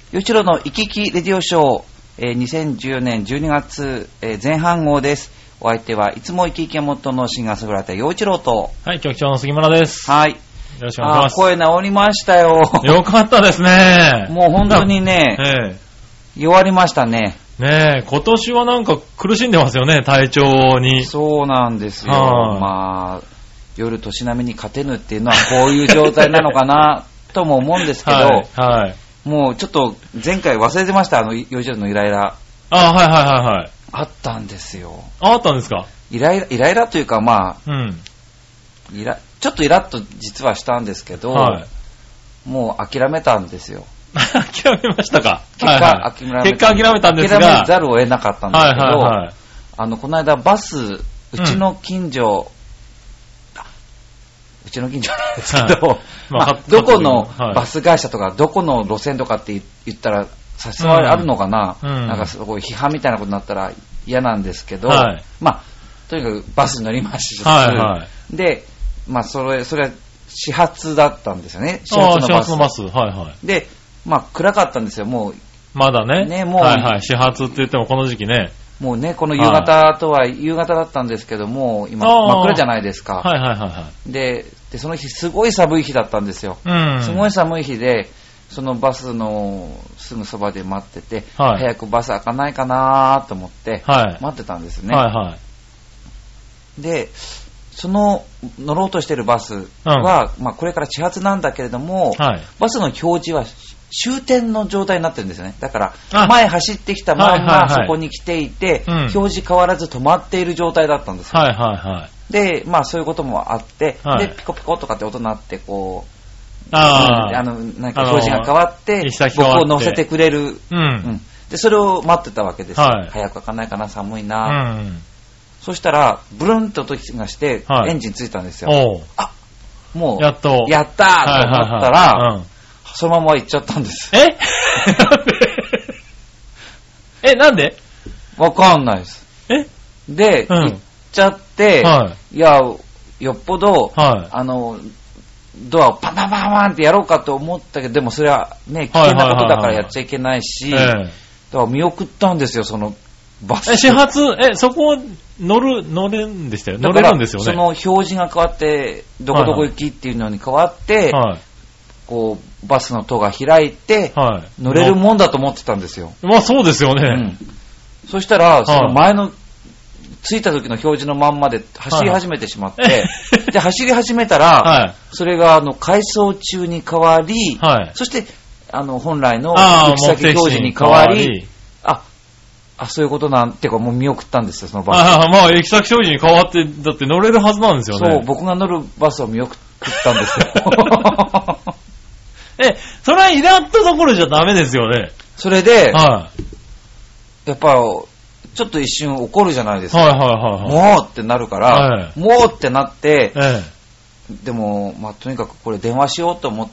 よちろの行き来レディオショー、2014年12月、前半号です。お相手はいつも生き生き元のシンガーソングライター陽一郎と、 はい、局長の杉村です。 はい。 よろしくお願いします。 声治りましたよ。 よかったですね。 もう本当にね、弱りましたね。 ねえ、今年はなんか苦しんでますよね、体調に。 そうなんですよ。まあ、夜年並みに勝てぬっていうのはこういう状態なのかなとも思うんですけど、はい。もうちょっと前回忘れてました、陽一郎のイライラ。 はい。 あったんですよ。 あったんですか？ イライラというか、まあ、ちょっとイラッと実はしたんですけど、もう諦めたんですよ。 諦めましたか？ 結果諦めたんですが、諦めざるを得なかったんですけど、この間バス、うちの近所なんですけど、どこのバス会社とか、どこの路線とかって言ったら、差し障りあるのかな、なんかすごい批判みたいなことになったら嫌なんですけど、まあ、とにかくバスに乗りました。で、まあ、それは始発だったんですよね。始発のバス。で、まあ、暗かったんですよ、もう。 まだね。もう。始発って言ってもこの時期ね。 もうね、この夕方とは夕方だったんですけども、今、真っ暗じゃないですか。で、その日、すごい寒い日だったんですよ。すごい寒い日で、そのバスのすぐそばで待ってて、早くバス開かないかなと思って、待ってたんですね。で、その乗ろうとしているバスは、まあこれから始発なんだけれども、バスの表示は終点の状態になってるんですよね。だから前走ってきたまんまそこに来ていて、表示変わらず止まっている状態だったんですよ。で、まあそういうこともあって、でピコピコとかって音になってこう、なんか表示が変わって僕を乗せてくれる、でそれを待ってたわけですよ。早く開かないかな、寒いな。そしたらブルンと音がしてエンジンついたんですよ。もうやったーと思ったら、そのまま行っちゃったんです。 なんで？ わかんないです。で、行っちゃって、いや、よっぽど、ドアをパンパンパンパンってやろうかと思ったけど、でもそれはね、危険なことだからやっちゃいけないし、だから見送ったんですよ、そのバス。 始発、そこ乗れるんでしたよ。乗れるんですよね。 その表示が変わって、どこどこ行きっていうのに変わって、こう、バスの戸が開いて、乗れるもんだと思ってたんですよ。 まあそうですよね。 そしたら、その前の、着いた時の表示のまんまで走り始めてしまって、で、走り始めたら、それが回送中に変わり、そして、本来の行き先表示に変わり、そういうことなんてか、もう見送ったんですよ、そのバス。 まあ、行き先表示に変わって、だって乗れるはずなんですよね。 そう、僕が乗るバスを見送ったんですよ。 それはイラッとどころじゃダメですよね。 それで、やっぱ、ちょっと一瞬怒るじゃないですか。もうってなるから、もうってなって、でも、まあ、とにかくこれ電話しようと思って、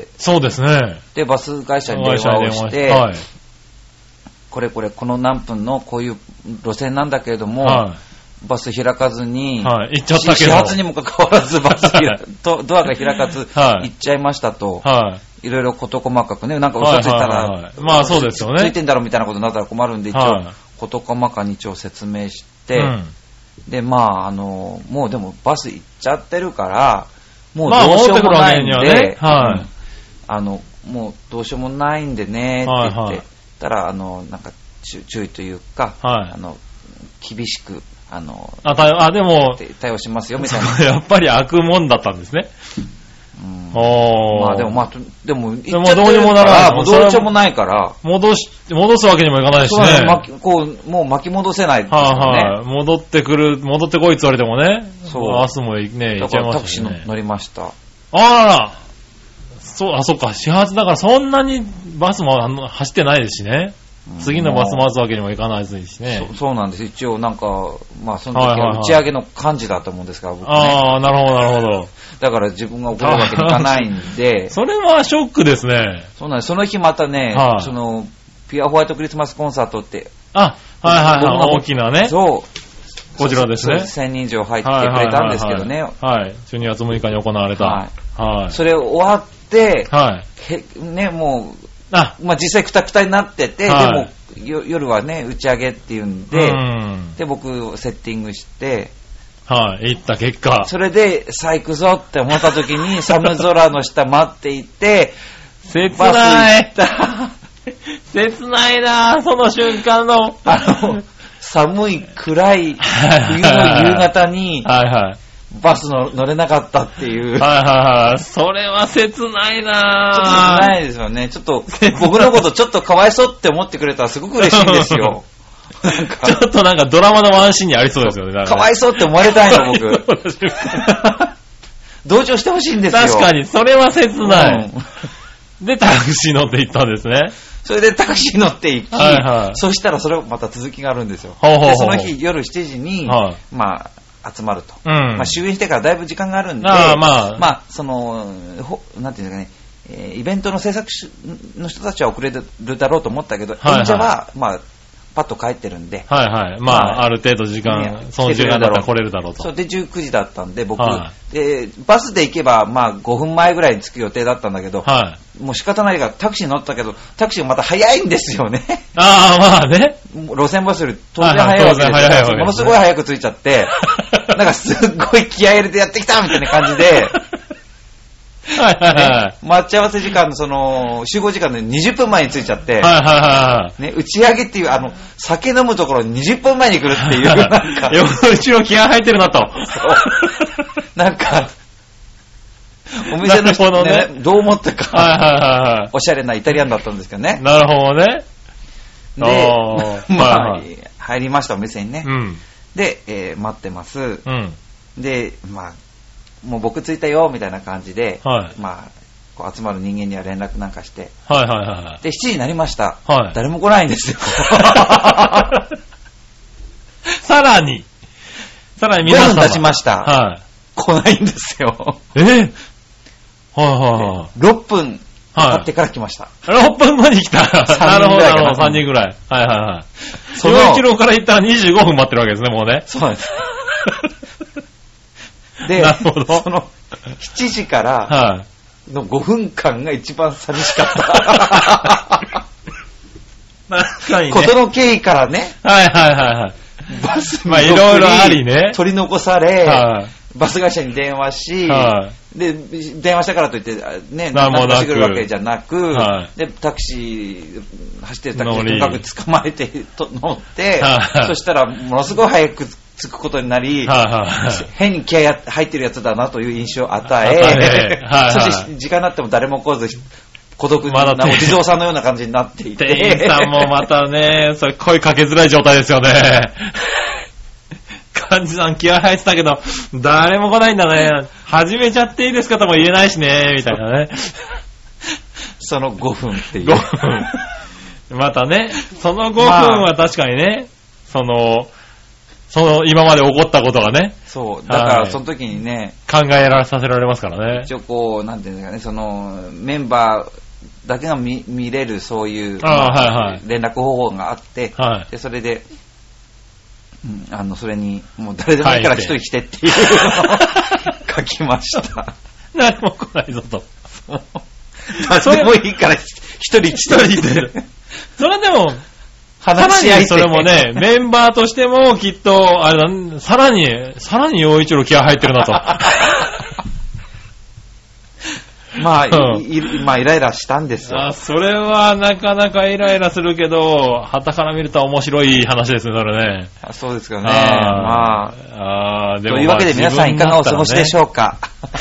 そうですね。 で、バス会社に電話をして、この何分のこういう路線なんだけれども、バス開かずに、 行っちゃったけど。 始発にもかかわらずバスドアが開かず、行っちゃいましたと、いろいろ事細かくね、なんか嘘ついたら、 まあそうですよね。 ついてんだろみたいなことになったら困るんで、一応、事細かに一応説明して、で、まあ、もうでもバス行っちゃってるから、もうどうしようもないんで、もうどうしようもないんでね、って言って、たら、なんか、注意というか、厳しく、 でも、 対応しますよ、みたいな。 やっぱり開くもんだったんですね。 まあでも、でも、 どうにもならない。 もうどうしようもないから。 戻すわけにもいかないしね。 もう巻き戻せないですよね。 戻ってこいって言われてもね。明日もね、行っちゃいましたね。 タクシー乗りました。 そっか、始発だからそんなにバスも走ってないですしね。次のバス待つわけにもいかないですしね。 そうなんです。一応なんか、まあその時は打ち上げの幹事だと思うんですから、僕ね。 なるほど。 だから自分が怒るわけにいかないんで。 それはショックですね。 そうなんです。その日またね、ピュアホワイトクリスマスコンサートって。 大きなね。 そう。 こちらですね。 1000人以上入ってくれたんですけどね。 12月6日に行われた。 それ終わって、ね、もう、 実際クタクタになってて、でも夜はね、打ち上げっていうんで、で、僕セッティングして、 行った結果。 それで、さあ行くぞって思った時に、寒空の下待っていて、 切ない。切ないなその瞬間の。 寒い暗い冬の夕方に、バス乗れなかったっていう。 それは切ないなちょっと切ないですよね。ちょっと、僕のことちょっとかわいそうって思ってくれたらすごく嬉しいんですよ。 ちょっとなんかドラマのワンシーンにありそうですよね。 かわいそうって思われたいの、僕。同情してほしいんですよ。 確かに、それは切ない。で、タクシー乗って行ったんですね。 それでタクシー乗って行き、そしたらそれまた続きがあるんですよ。で、その日夜7時に、集まると。終演してからだいぶ時間があるんで、その、なんていうんですかね、イベントの制作の人たちは遅れるだろうと思ったけど、演者は、パッと帰ってるんで。 ある程度時間、その時間だったら来れるだろうと。 そうで、19時だったんで、僕、で、バスで行けば、5分前ぐらいに着く予定だったんだけど、もう仕方ないからタクシー乗ったけど、タクシーがまた早いんですよね。路線バスより当然早いわけですよ。ものすごい早く着いちゃって、なんかすっごい気合い入れてやってきたみたいな感じで、待ち合わせ時間のその集合時間の20分前に着いちゃって、打ち上げっていう酒飲むところに20分前に来るっていう、なんかうちの気合入ってるなと。 なんか、お店の人ね、どう思ったか、おしゃれなイタリアンだったんですけどね。 なるほどね。 で、入りましたお店にね。で、待ってます。で、もう僕着いたよみたいな感じで、こう集まる人間には連絡なんかして、で、7時になりました。誰も来ないんですよ。 さらに皆さん5分経ちました。来ないんですよ。6分経ってから来ました。 6分後に来た。なるほど、3人ぐらい。陽一郎から行ったら25分待ってるわけですね、もうね。 そうです。で、その7時からの5分間が一番寂しかった。 確かにね。 事の経緯からね。バスにいろいろありね。 取り残され、バス会社に電話し、で、電話したからといって、ね、なんかしてくるわけじゃなく、で、タクシー、走ってるタクシーとにかく捕まえて乗って、そしたらものすごい早く着くことになり、変に気合入ってるやつだなという印象を与え、そして時間になっても誰も来ず、孤独なお地蔵さんのような感じになっていて。 店員さんもまたね、それ声かけづらい状態ですよね。幹事さん気合入ってたけど、誰も来ないんだね。始めちゃっていいですかとも言えないしね、みたいなね。 その5分っていう。 5分。またね、その5分は確かにね、その今まで起こったことがね。 そう。だからその時にね。 考えさせられますからね。 一応こう、なんていうんですかね、そのメンバーだけが見れるそういう、連絡方法があって、でそれで、それに、もう誰でもいいから一人来てっていうのを書きました。 誰も来ないぞと。 誰でもいいから一人で。 それでも、さらにそれもね、メンバーとしてもきっと、さらに陽一郎気合入ってるなと。イライラしたんですよ。それはなかなかイライラするけど、旗から見ると面白い話ですね、それね。 そうですかね。というわけで皆さんいかがお過ごしでしょうか。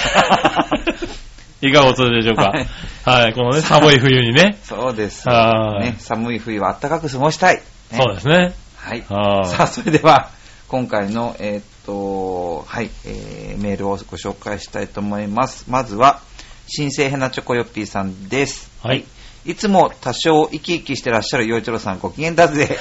いかがお過ごしでしょうか。このね、寒い冬にね。 そうです。ね、寒い冬は暖かく過ごしたい。 そうですね。 さあ、それでは、今回の、メールをご紹介したいと思います。まずは、新生ヘナチョコヨッピーさんです。いつも多少生き生きしてらっしゃる陽一郎さん、ご機嫌だぜ。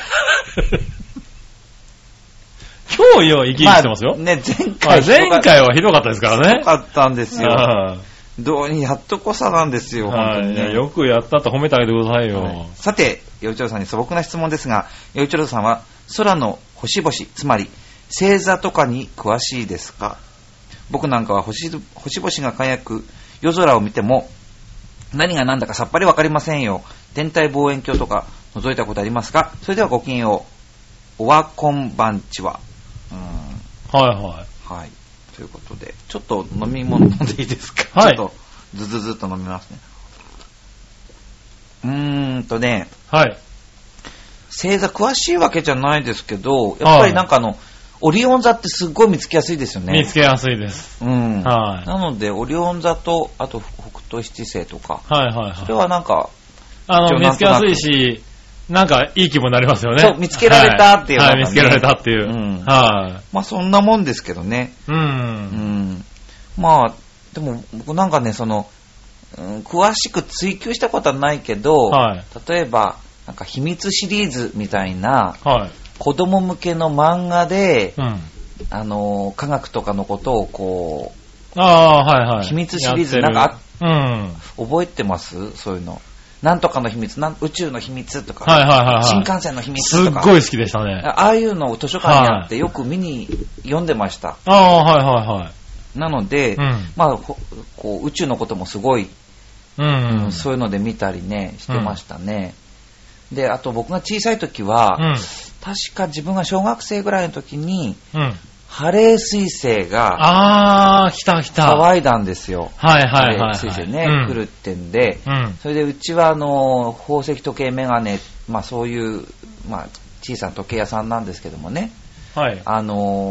今日生き生きしてますよ。 前回はひどかったですからね。 ひどかったんですよ。やっとこさなんですよ、本当にね。 よくやったと褒めてあげてくださいよ。 さて、陽一郎さんに素朴な質問ですが、陽一郎さんは空の星々、つまり星座とかに詳しいですか？僕なんかは星々が輝く夜空を見ても何が何だかさっぱりわかりませんよ。 天体望遠鏡とか覗いたことありますか？それではごきげんよう。おはこんばんちは。 はいはい。 はい。ということで、ちょっと飲み物飲んでいいですか？ はい。 ちょっとずっと飲みますね。 はい。 星座詳しいわけじゃないですけど、やっぱりなんかオリオン座ってすっごい見つけやすいですよね。 見つけやすいです。 はい。なので、オリオン座と、あと北斗七星とか。 はいはいはい。 それはなんか、 見つけやすいし、なんかいい気分になりますよね。 そう、見つけられたっていう、ね。 はい、見つけられたっていう。はい。 まあそんなもんですけどね。まあ、でも僕なんかね、詳しく追求したことはないけど、例えば、なんか秘密シリーズみたいな、子供向けの漫画で、科学とかのことをこう、秘密シリーズなんか覚えてます？そういうの。なんとかの秘密、宇宙の秘密とか、新幹線の秘密とか。 すっごい好きでしたね。 ああいうのを図書館にあってよく読んでました。なので、まあこう宇宙のこともすごい、そういうので見たりねしてましたね。で、あと僕が小さい時は、確か自分が小学生ぐらいの時に、ハレー彗星が騒いだんですよ。ハレー彗星ね、来るってんで、それでうちは宝石時計メガネ、まあそういう、まあ小さな時計屋さんなんですけどもね、まあ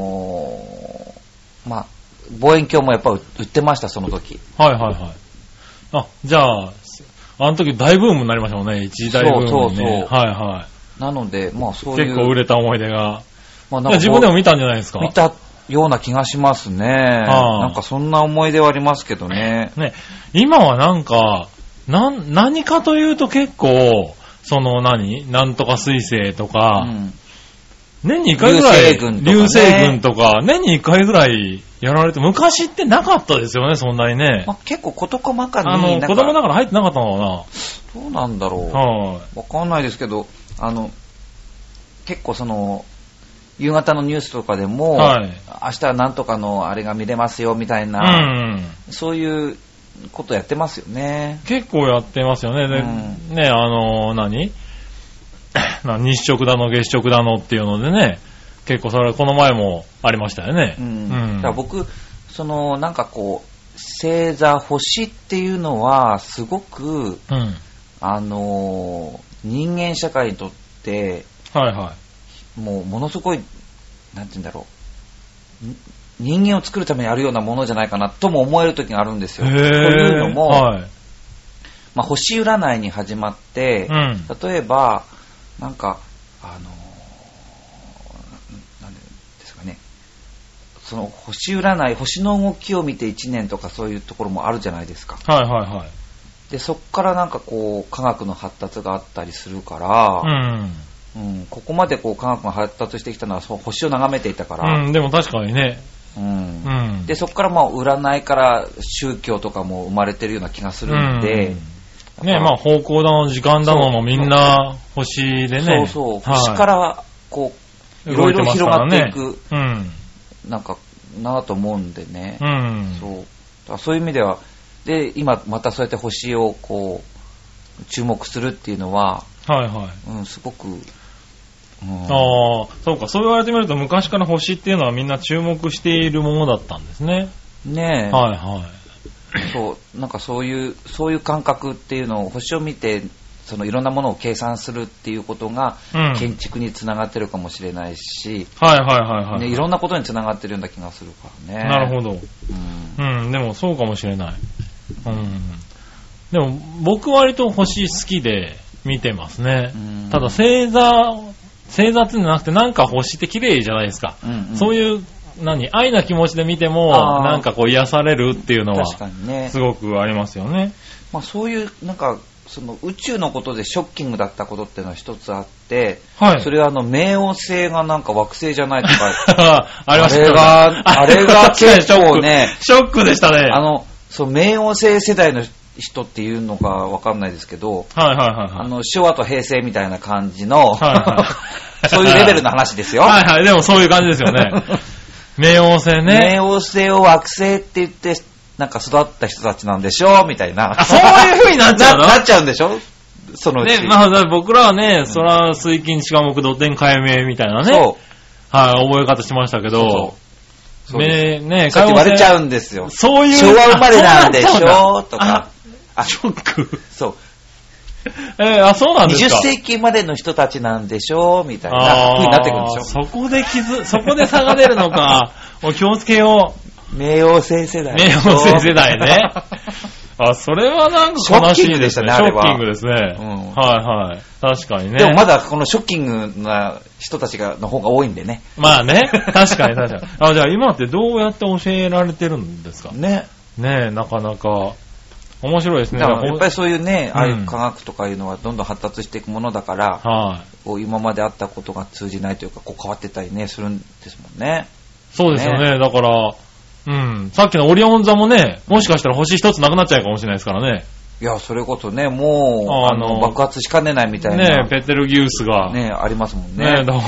望遠鏡もやっぱ売ってました、その時。 あ、じゃあ、あの時大ブームになりましたもんね、一時大ブームにね。 なので、まあそういう。 結構売れた思い出が。自分でも見たんじゃないですか？ 見たような気がしますね。なんかそんな思い出はありますけどね。 今はなんか、何かというと結構、なんとか彗星とか、年に1回ぐらい、流星群とか、年に1回ぐらいやられて、昔ってなかったですよね、そんなにね。 結構事細かに。 子供だから入ってなかったのかな。 どうなんだろう。わかんないですけど、結構夕方のニュースとかでも、明日はなんとかのあれが見れますよみたいな、そういうことやってますよね。 結構やってますよね。日食だの月食だのっていうのでね、結構それこの前もありましたよね。 だから僕なんかこう星座星っていうのはすごく、人間社会にとってものすごいなんて言うんだろう、人間を作るためにあるようなものじゃないかなとも思える時があるんですよ。というのも、まあ、星占いに始まって、例えばなんかなんですかね、その星占い、星の動きを見て1年とかそういうところもあるじゃないですか。でそっからなんかこう科学の発達があったりするから、ここまでこう科学が発達してきたのは星を眺めていたから。 でも確かにね。 でそこからまあ占いから宗教とかも生まれてるような気がするんで。 まあ方向だの時間だのもみんな星でね。 星からこういろいろ広がっていく、なんかなと思うんでね。そういう意味では、で今またそうやって星をこう注目するっていうのは、すごく。 そうか、そう言われてみると昔から星っていうのはみんな注目しているものだったんですね。 そうなんかそういう感覚っていうのを星を見ていろんなものを計算するっていうことが建築につながってるかもしれないし、いろんなことにつながってるような気がするからね。 なるほど。でもそうかもしれない。でも僕割と星好きで見てますね。ただ星座ってんじゃなくてなんか星って綺麗じゃないですか。そういう愛な気持ちで見てもなんかこう癒されるっていうのはすごくありますよね。 まあそういうなんか宇宙のことでショッキングだったことっていうのは一つあって、それは冥王星がなんか惑星じゃないとかありましたね。 あれが結構ねショックでしたね。 冥王星世代の人っていうのかわかんないですけど、昭和と平成みたいな感じのそういうレベルの話ですよ。 でもそういう感じですよね。冥王星ね。 冥王星を惑星って言ってなんか育った人たちなんでしょみたいな。 そういう風になっちゃうの？ なっちゃうんでしょ？ そのうち。 ね、まあ、僕らはね、そら、水金地下木土天解明みたいなね。そう。はい、覚え方しましたけど。 そうね、そう言われちゃうんですよ。 そういう。 昭和生まれなんでしょとか。 ショック。 そう。 そうなんですか。 20世紀までの人たちなんでしょみたいな風になってくるんでしょ。 そこで差が出るのか。もう気をつけよう。冥王星世代。 冥王星世代ね。それはなんか悲しいですね。ショッキングですね。はいはい。確かにね。 でもまだこのショッキングな人たちの方が多いんでね。 まあね。確かに。じゃあ今ってどうやって教えられてるんですかね。ねえ、なかなか。面白いですね。 だからやっぱりそういうね、ああいう科学とかいうのはどんどん発達していくものだから、今まであったことが通じないというか、変わってたりね、するんですもんね。 そうですよね。だから、さっきのオリオン座もね、もしかしたら星一つなくなっちゃうかもしれないですからね。 いや、それこそね、もう、爆発しかねないみたいな。 ね、ペテルギウスが。 ね、ありますもんね。 ね、だから、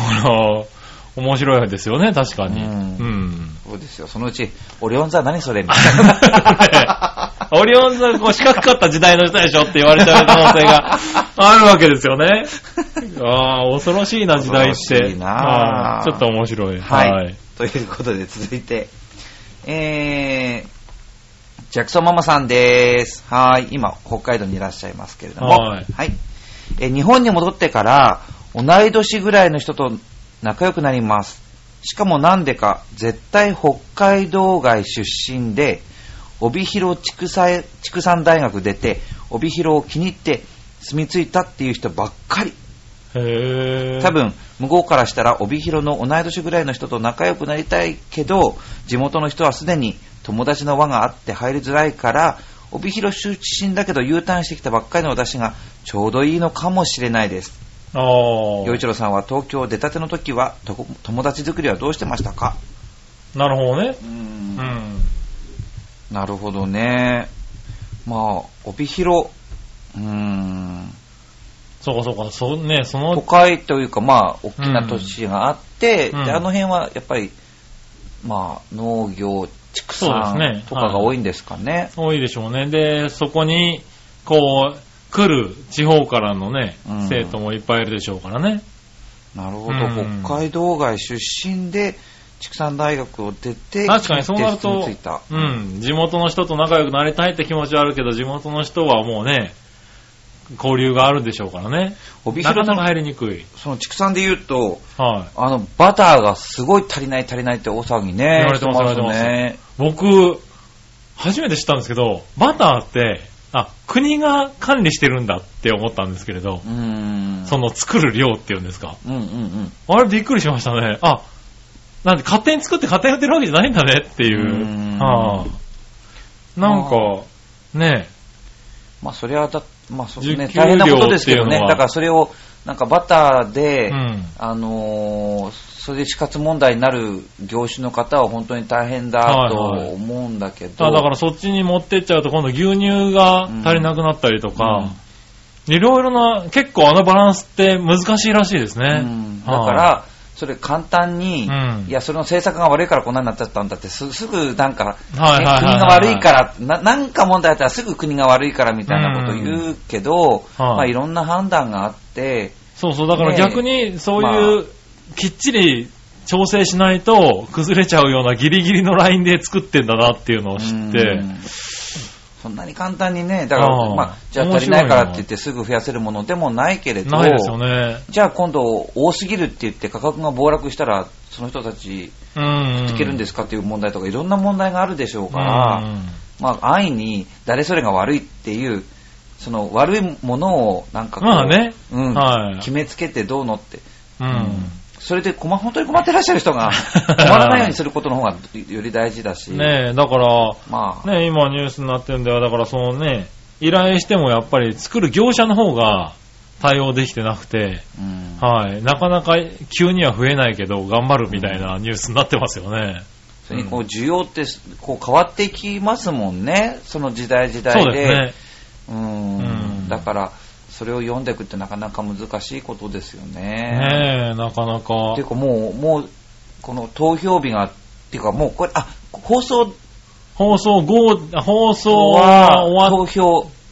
面白いですよね、確かに。 そうですよ。そのうち、オリオン座何それみたいな。 オリオン座が四角かった時代の人でしょって言われちゃう可能性があるわけですよね。恐ろしいな、時代って。恐ろしいな。ちょっと面白い。 はい。ということで、続いて、ジャクソンママさんです。はい。今、北海道にいらっしゃいますけれども。はい。日本に戻ってから、同い年ぐらいの人と仲良くなります。しかもなんでか、絶対北海道外出身で、帯広畜産大学出て、帯広を気に入って住み着いたっていう人ばっかり。多分、向こうからしたら帯広の同い年ぐらいの人と仲良くなりたいけど、地元の人はすでに友達の輪があって入りづらいから、帯広出身だけど U ターンしてきたばっかりの私がちょうどいいのかもしれないです。陽一郎さんは東京出たての時は友達作りはどうしてましたか？ なるほどね。 なるほどね。まあ、帯広、 そうか、そうね、 都会というか、まあ、大きな都市があって、で、あの辺はやっぱり、まあ、農業、畜産とかが多いんですかね。 多いでしょうね。で、そこに、こう、来る地方からのね、生徒もいっぱいいるでしょうからね。 なるほど、北海道外出身で、畜産大学を出て、 確かにそうなると、地元の人と仲良くなりたいって気持ちはあるけど、地元の人はもうね、交流があるでしょうからね。なかなか入りにくい。 その畜産で言うと、バターがすごい足りないって大騒ぎね。 言われてますね。僕、初めて知ったんですけど、バターって、国が管理してるんだって思ったんですけれど、その作る量っていうんですか。あれびっくりしましたね。なんで勝手に作って勝手に売ってるわけじゃないんだねっていう。なんか、ね。 まあそれはまあそうね、大変なことですけどね。だからそれを、なんかバターで、それで死活問題になる業種の方は本当に大変だと思うんだけど。 だからそっちに持ってっちゃうと今度牛乳が足りなくなったりとか、いろいろな、結構バランスって難しいらしいですね。 だから、それ簡単に、いや、それの政策が悪いからこんなになっちゃったんだって、すぐなんか、国が悪いから、なんか問題あったらすぐ国が悪いからみたいなことを言うけど、まあいろんな判断があって、 そう、だから逆にそういう、きっちり調整しないと崩れちゃうようなギリギリのラインで作ってんだなっていうのを知って、 そんなに簡単にね、だから、じゃあ足りないからって言ってすぐ増やせるものでもないけれど、 ないですよね。 じゃあ今度多すぎるって言って価格が暴落したら、その人たち、食っていけるんですかっていう問題とか、いろんな問題があるでしょうから、まあ安易に誰それが悪いっていう、その悪いものをなんかこう、決めつけてどうのって、それで本当に困ってらっしゃる人が困らないようにすることの方がより大事だし。 ねえ、だから、ね、今ニュースになってるんだよ。だからそのね、依頼してもやっぱり作る業者の方が対応できてなくて、なかなか急には増えないけど頑張るみたいなニュースになってますよね。 それにこう需要ってこう変わっていきますもんね。その時代で。 そうですね。だから、それを読んでいくってなかなか難しいことですよね。 ねえ、なかなか。 っていうかもう、この投票日が、っていうかもうこれ、放送は、 投票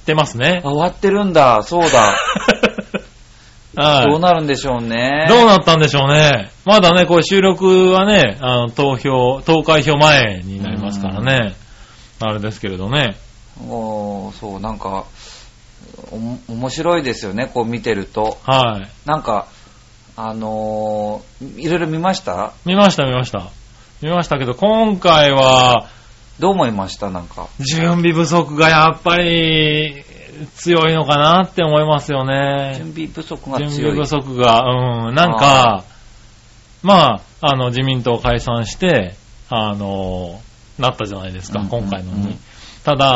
てますね。 終わってるんだ、そうだ。 はい、 どうなるんでしょうね。 どうなったんでしょうね。まだね、これ収録はね、投開票前になりますからね。あれですけれどね。 そう、なんか、面白いですよね、こう見てると。 はい。 なんか、いろいろ見ました？ 見ましたけど、今回は、 どう思いました？なんか。 準備不足がやっぱり、強いのかなって思いますよね。 準備不足が強い。 準備不足が、なんか、まあ、自民党解散して、なったじゃないですか、今回のに。ただ、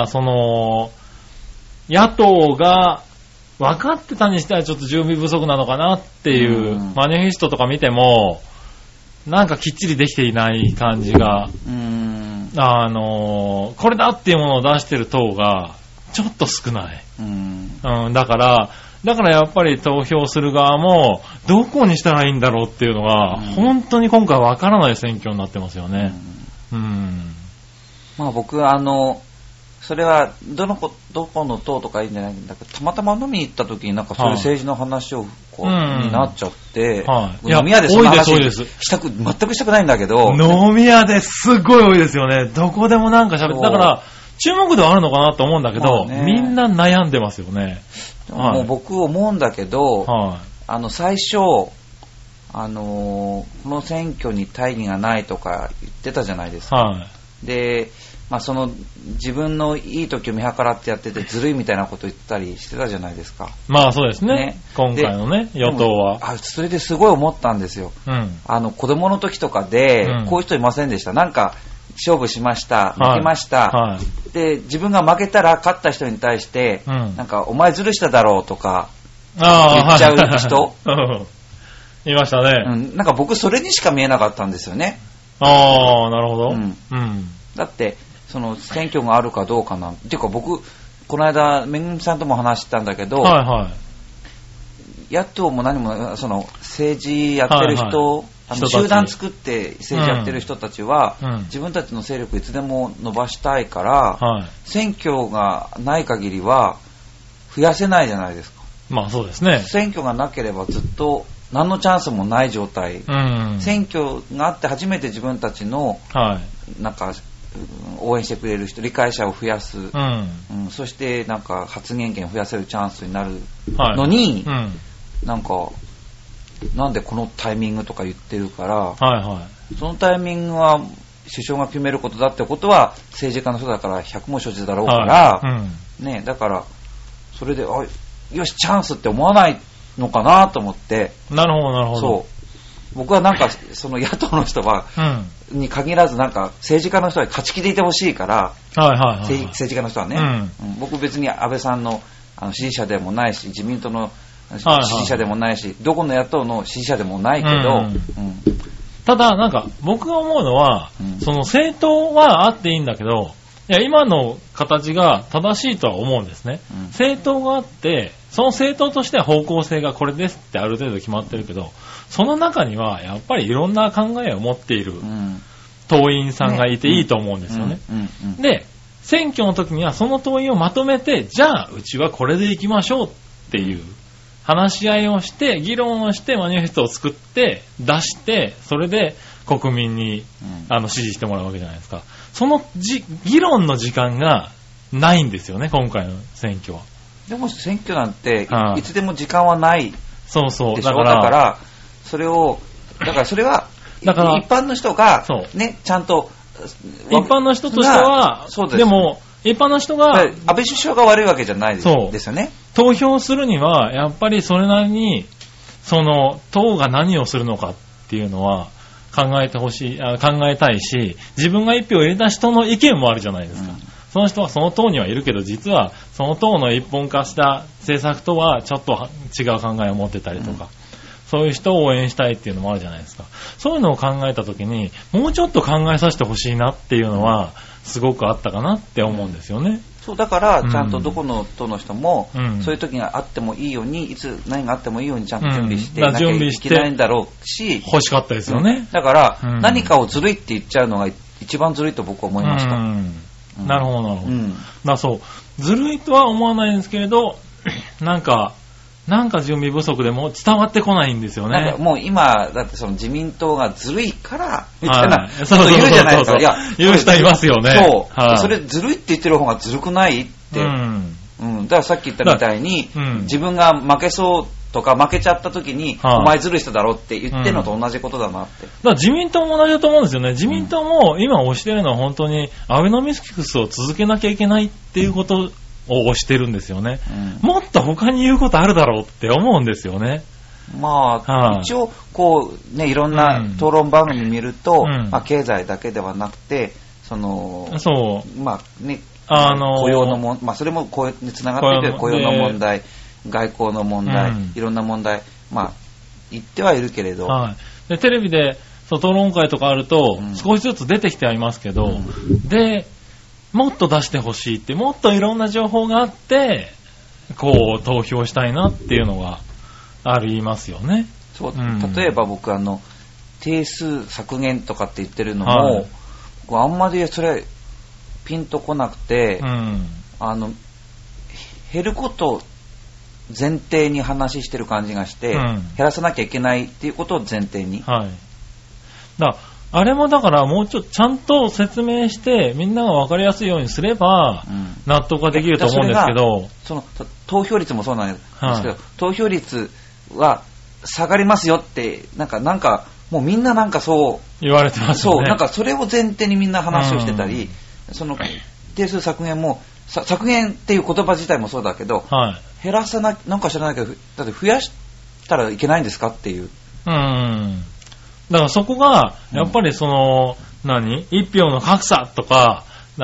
野党が分かってたにしてはちょっと準備不足なのかなっていう、マニフェストとか見ても、なんかきっちりできていない感じが、これだっていうものを出してる党が、ちょっと少ない。だからやっぱり投票する側も、どこにしたらいいんだろうっていうのが、本当に今回わからない選挙になってますよね。 まあ僕、それは、どこの党とかいいんじゃないんだけど、たまたま飲みに行った時になんかそういう政治の話を、になっちゃって、飲み屋でそんな話全くしたくないんだけど。 飲み屋ですごい多いですよね。どこでもなんか喋って。だから、注目度はあるのかなと思うんだけど、みんな悩んでますよね。 もう僕思うんだけど、最初、この選挙に大義がないとか言ってたじゃないですか。で、まあ自分のいい時を見計らってやっててずるいみたいなこと言ったりしてたじゃないですか。 まあそうですね。今回のね、与党は。 それですごい思ったんですよ。子供の時とかで、こういう人いませんでした。なんか、勝負しました、負けました、で自分が負けたら勝った人に対して、なんかお前ずるしただろうとか言っちゃう人、 いましたね。 なんか僕それにしか見えなかったんですよね。 なるほど。 だってその選挙があるかどうかなんていうか、僕この間めぐみさんとも話したんだけど、野党も何も政治やってる人、集団作って政治やってる人たちは、自分たちの勢力いつでも伸ばしたいから、選挙がない限りは増やせないじゃないですか。 まあそうですね。 選挙がなければずっと何のチャンスもない状態。選挙があって初めて自分たちの、なんか応援してくれる人、理解者を増やす、そしてなんか発言権を増やせるチャンスになるのに、なんでこのタイミングとか言ってるから、そのタイミングは首相が決めることだってことは政治家の人だから100も承知だろうから、だからそれでよしチャンスって思わないのかなと思って。 なるほどなるほど。 そう、僕はなんかその野党の人は、に限らずなんか政治家の人は勝ち気でいてほしいから、政治家の人はね、僕別に安倍さんの支持者でもないし、自民党の支持者でもないし、どこの野党の支持者でもないけど、 ただなんか僕が思うのは、その政党はあっていいんだけど、いや今の形が正しいとは思うんですね。政党があって、その政党としては方向性がこれですってある程度決まってるけど、その中にはやっぱりいろんな考えを持っている党員さんがいていいと思うんですよね。で、選挙の時にはその党員をまとめて、じゃあうちはこれでいきましょうっていう話し合いをして、議論をしてマニフェストを作って出して、それで国民に支持してもらうわけじゃないですか。その議論の時間がないんですよね、今回の選挙は。 でも選挙なんていつでも時間はないでしょ。 だからそれは一般の人がね、ちゃんと一般の人としては、でも一般の人が安倍首相が悪いわけじゃないですよね。 投票するにはやっぱりそれなりにその党が何をするのかっていうのは考えたいし、自分が一票を入れた人の意見もあるじゃないですか。その人はその党にはいるけど、実はその党の一本化した政策とはちょっと違う考えを持ってたりとか、そういう人を応援したいっていうのもあるじゃないですか。そういうのを考えたときに、もうちょっと考えさせてほしいなっていうのはすごくあったかなって思うんですよね。 そうだからちゃんとどこの党の人も、そういう時があってもいいように、いつ何があってもいいようにちゃんと準備してなきゃいけないんだろうし、 欲しかったですよね。 だから、何かをずるいって言っちゃうのが一番ずるいと僕は思いました。 なるほど、なるほど。そう。ずるいとは思わないんですけれど、なんか準備不足でも伝わってこないんですよね。 なんかもう今、だってその自民党がずるいから、みたいなこと言うじゃないですか。いや、 言う人いますよね。 そう。それずるいって言ってる方がずるくないって。だからさっき言ったみたいに、自分が負けそうとか負けちゃった時に、お前ずるい人だろって言ってるのと同じことだなって。だから自民党も同じだと思うんですよね。自民党も今推してるのは本当にアベノミクスを続けなきゃいけないっていうことを推してるんですよね。もっと他に言うことあるだろうって思うんですよね。 まあ、一応こうね、いろんな討論番組見ると、まあ経済だけではなくて、まあね、雇用のまあそれもこうつながっているけど、雇用の問題、外交の問題、いろんな問題、まあ言ってはいるけれど、 でテレビで討論会とかあると、少しずつ出てきてはいますけど、でもっと出してほしいって、もっといろんな情報があって、こう投票したいなっていうのがありますよね。 そう、例えば僕定数削減とかって言ってるのも、あんまりそれピンとこなくて、減ること前提に話してる感じがして、減らさなきゃいけないっていうことを前提に。 あれもだからもうちょっとちゃんと説明してみんなが分かりやすいようにすれば納得ができると思うんですけど、 その投票率もそうなんですけど、投票率は下がりますよってなんかもうみんななんかそう言われてますよね。 なんかそれを前提にみんな話をしてたり、その定数削減も削減っていう言葉自体もそうだけど、減らさなんか知らないけど、だって増やしたらいけないんですかっていう。 だからそこがやっぱりその一票の格差とか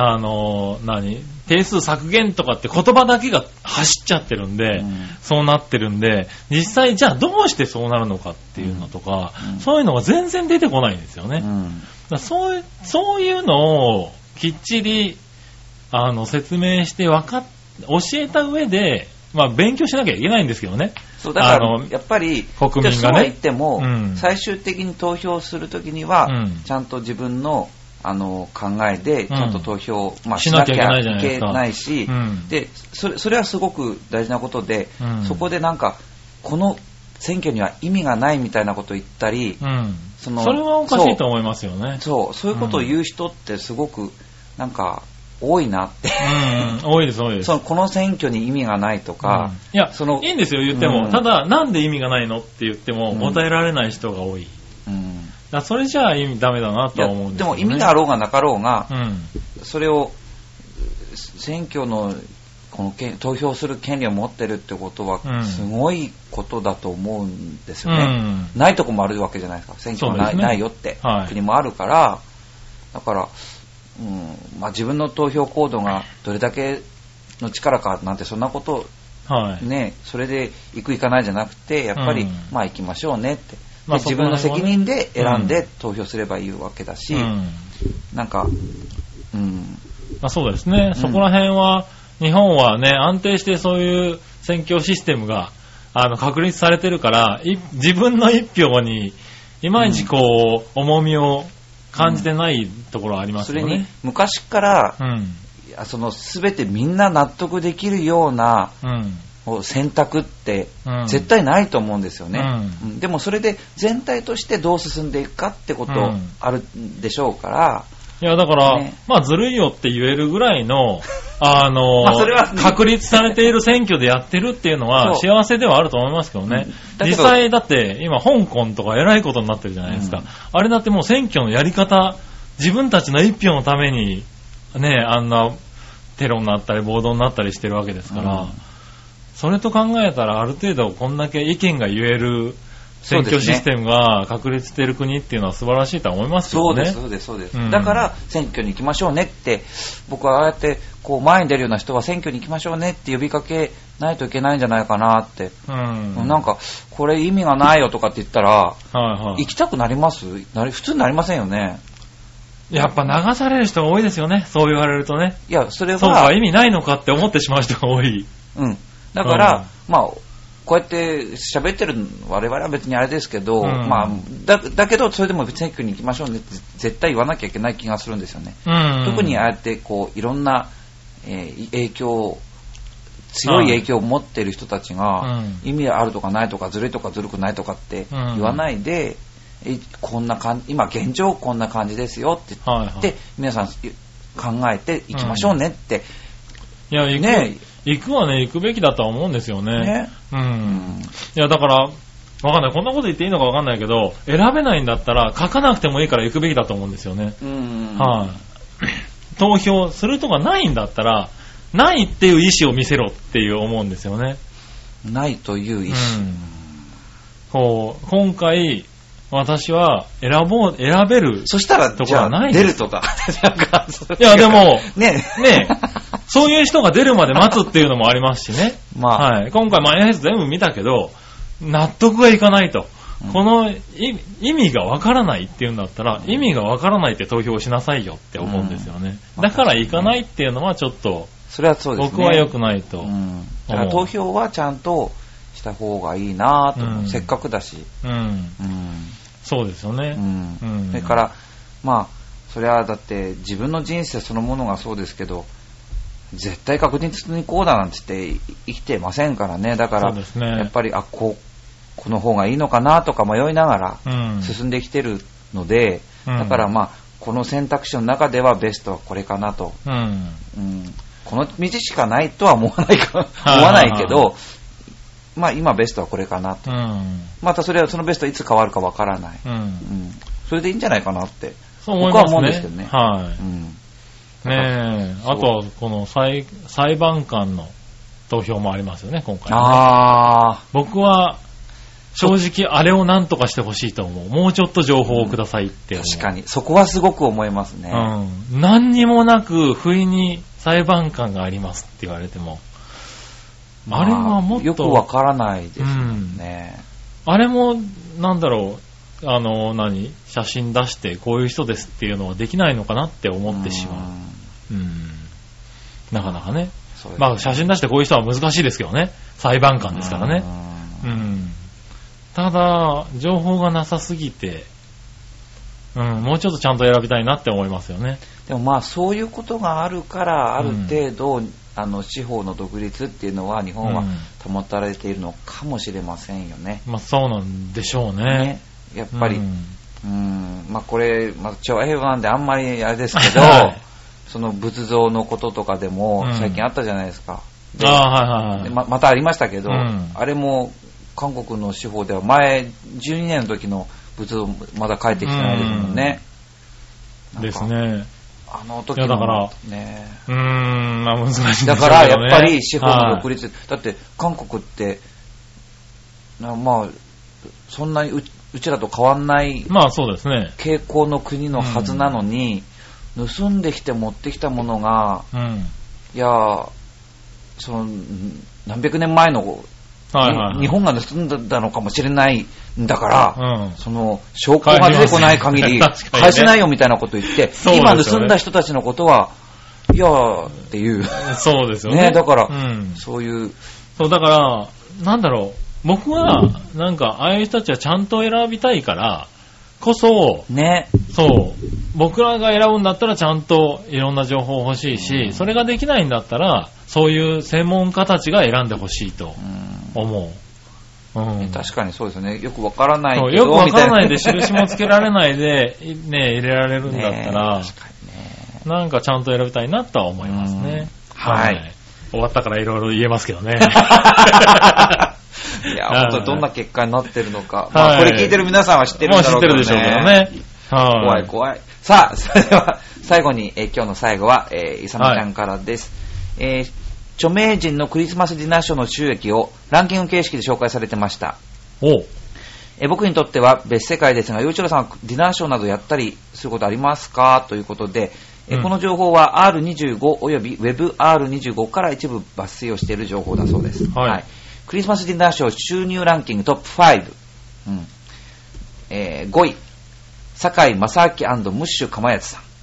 定数削減とかって言葉だけが走っちゃってるんで、そうなってるんで、実際じゃあどうしてそうなるのかっていうのとか、そういうのが全然出てこないんですよね。だそういうのをきっちり説明して教えた上で、まあ勉強しなきゃいけないんですけどね。 そうだからやっぱり国民がね、 そうは言っても、最終的に投票するときには、ちゃんと自分の考えでちゃんと投票、しなきゃいけないし、でそれはすごく大事なことで、そこでなんかこの選挙には意味がないみたいなことを言ったり、 それはおかしいと思いますよね。 そういうことを言う人ってすごくなんか多いなって、 多いです多いです。 この選挙に意味がないとか、 いやいいんですよ言っても、ただなんで意味がないのって言っても答えられない人が多い。だそれじゃあダメだなとは思うんですよね。 でも意味があろうがなかろうが、それを選挙のこの投票する権利を持ってるってことはすごいことだと思うんですよね。ないとこもあるわけじゃないですか。選挙がないよって国もあるから、だから自分の投票行動がどれだけの力かなんてそんなこと、それで行く行かないじゃなくて、やっぱり行きましょうねって、自分の責任で選んで投票すればいいわけだし、なんかそうですね、そこら辺は日本はね安定してそういう選挙システムが確立されてるから、自分の一票にいまいちこう重みを感じてないところありますよね。 それに昔から、全てみんな納得できるような、選択って絶対ないと思うんですよね。でもそれで全体としてどう進んでいくかってことあるでしょうから。 いやだから、ずるいよって言えるぐらいのそれは確立されている選挙でやってるっていうのは幸せではあると思いますけどね。実際だって今香港とか偉いことになってるじゃないですか。あれだってもう選挙のやり方、自分たちの一票のためにね、あんなテロになったり暴動になったりしてるわけですから、それと考えたらある程度こんだけ意見が言える選挙システムが確立している国っていうのは素晴らしいとは思いますよね。 そうです、だから選挙に行きましょうねって、僕はああやってこう前に出るような人は選挙に行きましょうねって呼びかけないといけないんじゃないかなって、なんかこれ意味がないよとかって言ったら、行きたくなります？普通になりませんよね。 やっぱ流される人が多いですよね、そう言われるとね。 いやそれはそうか意味ないのかって思ってしまう人が多い。 だから、 こうやって喋ってる我々は別にあれですけど、まあ、だけどそれでも選挙に行きましょうねって絶対言わなきゃいけない気がするんですよね。特にああやってこういろんな、強い影響を持っている人たちが、意味あるとかないとかずるいとかずるくないとかって言わないで、こんな今現状こんな感じですよって言って、皆さん考えていきましょうねって、 いや行くはね、行くべきだとは思うんですよね。いやだからわかんない、こんなこと言っていいのかわかんないけど、選べないんだったら書かなくてもいいから行くべきだと思うんですよね。投票するとかないんだったらないっていう意思を見せろっていう思うんですよね。 ないという意思、今回私は選べるそしたらところはない出るとかいやでもねそういう人が出るまで待つっていうのもありますしね。はい、今回マイナーヘッズ全部見たけど納得がいかないと、この意味がわからないっていうんだったら、意味がわからないって投票しなさいよって思うんですよね。だから行かないっていうのはちょっとそれはそうですね、 僕は良くないと、 だから投票はちゃんとした方がいいなと、せっかくだし、 そうですよね。 それからまあそれはだって自分の人生そのものがそうですけど、絶対確実にこうだなんて言って生きてませんからね。だからやっぱりこの方がいいのかなとか迷いながら進んできてるので、だからまあこの選択肢の中ではベストはこれかなと、この道しかないとは思わないけど、まあ今ベストはこれかなと、またそのベストいつ変わるかわからない、それでいいんじゃないかなって僕は思うんですけどね。 ねえ、あとはこの裁判官の投票もありますよね、今回、ね。僕は正直あれを何とかしてほしいと思う。もうちょっと情報をくださいって思う。 確かにそこはすごく思いますね。 何にもなく不意に裁判官がありますって言われても、あれはもっとよくわからないですよね。 あれもなんだろう、写真出してこういう人ですっていうのはできないのかなって思ってしまう。なかなかね。まあ写真出してこういう人は難しいですけどね。裁判官ですからね。ただ情報がなさすぎて、もうちょっとちゃんと選びたいなって思いますよね。 でもまあそういうことがあるからある程度、司法の独立っていうのは日本は保たれているのかもしれませんよね。 まあそうなんでしょうね。 やっぱり、まあこれ、調和平和なんであんまりあれですけど、その仏像のこととかでも最近あったじゃないですか。またありましたけど、あれも韓国の司法では前12年の時の仏像まだ帰ってきてないですもんね。 ですね。 あの時のだからね、 まあ難しいんですよね。 だからやっぱり司法の独立、だって韓国ってまあそんなにうちらと変わんない傾向の国のはずなのに、盗んできて持ってきたものが、いやその何百年前の日本が盗んだのかもしれないんだから、その証拠が出てこない限り返せないよみたいなこと言って、今盗んだ人たちのことはいやーっていう。 そうですよね。 だから、そういうだからなんだろう、僕はなんかああいう人たちはちゃんと選びたいからこそね、 僕らが選ぶんだったらちゃんといろんな情報欲しいし、それができないんだったらそういう専門家たちが選んでほしいと思う。 確かにそうですよね。よくわからないけどよくわからないで印もつけられないでね入れられるんだったら、なんかちゃんと選びたいなとは思いますね。終わったからいろいろ言えますけどね。 いや本当にどんな結果になってるのか、これ聞いてる皆さんは知ってるんだろうけどね。 知ってるでしょうけどね。 怖い怖い。さあそれでは最後に、今日の最後は、イサムちゃんからです。著名人のクリスマスディナーショーの収益をランキング形式で紹介されてました。僕にとっては別世界ですが、陽一郎さんはディナーショーなどやったりすることありますかということで、この情報は R25 および WebR25 から一部抜粋をしている情報だそうです。クリスマスディナーショー収入ランキングトップ5、5位堺正明&ムッシュ釜谷さん。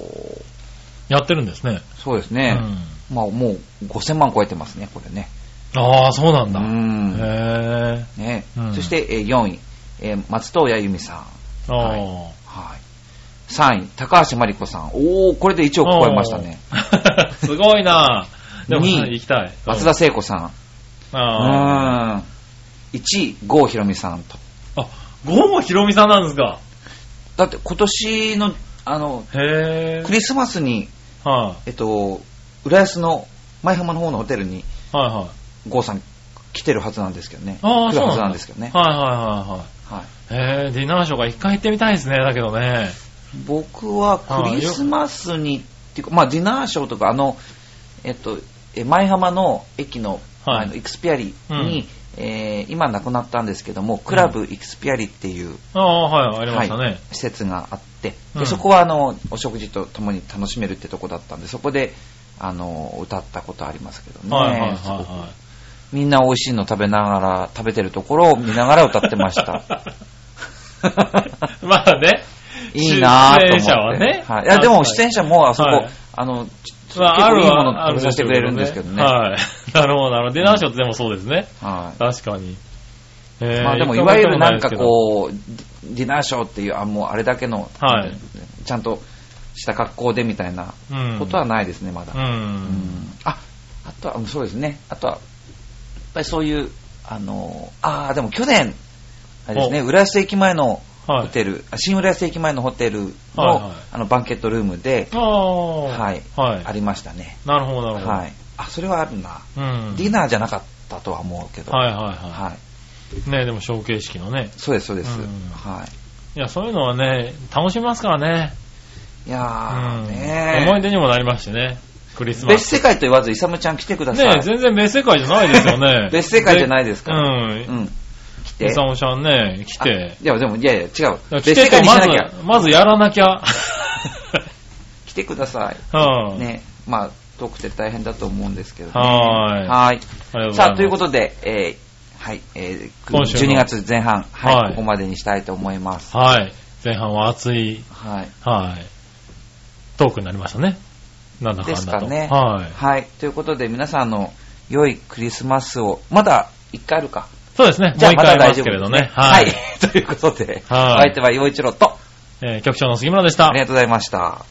やってるんですね。 そうですね。もう5000万超えてますねこれね。 ああ、そうなんだ。 へぇね、そして、4位、松任谷由実さん。はい。3位、高橋真理子さん。おー、これで1億超えましたね。 すごいなぁ。でも 2位、 行きたい。 松田聖子さん。1位、郷ひろみさんと。 あ、郷ひろみさんなんですか。 だって今年の、クリスマスに、浦安の舞浜の方のホテルに、郷さん来てるはずなんですけどね。来るはずなんですけどね。 ディナーショーが一回行ってみたいですね、だけどね。 僕はクリスマスに、っていうか、まあディナーショーとか、舞浜の駅の、イクスピアリに、今亡くなったんですけども、クラブイクスピアリっていう、 ありましたね。 施設があって、でそこはお食事とともに楽しめるってとこだったんで、そこで歌ったことありますけどね。みんな美味しいの食べてるところを見ながら歌ってました。 まあね。 いいなぁと思って。出演者はね。 いや、でも出演者もあそこ、結構いいもの食べさせてくれるんですけどね。 はい。なるほど、なるほど。ディナーショーってでもそうですね。確かに。 まあでも、いわゆるなんかこう、ディナーショーっていう、もうあれだけの、ちゃんとした格好でみたいなことはないですね、まだ。あとは、そうですね。あとは、やっぱりそういう、でも去年、あれですね、浦安駅前のホテル、新浦安駅前のホテルの、バンケットルームで、ありましたね。 なるほど、なるほど。 それはあるな。ディナーじゃなかったとは思うけど。 ね、でもショー形式のね。 そうです、そうです。 いや、そういうのはね、楽しみますからね。 いやー、ね、 思い出にもなりましてね。クリスマス。 別世界と言わず、イサムちゃん来てください。 ね、全然別世界じゃないですよね。 別世界じゃないですか。 来て。イサムちゃんね、来て。 いや、でも、いや、違う。 別世界にしなきゃ。まずやらなきゃ。 来てください。ね、まあ、遠くて大変だと思うんですけどね。 はい。 さあ、ということで、12月前半、ここまでにしたいと思います。 前半は熱い、トークになりましたね。なんだかんだと。ですかね。 ということで、皆さんの良いクリスマスを、まだ1回あるか。 そうですね。じゃあまた大丈夫ですけどね。 ということで、お相手は陽一郎と、 局長の杉村でした。 ありがとうございました。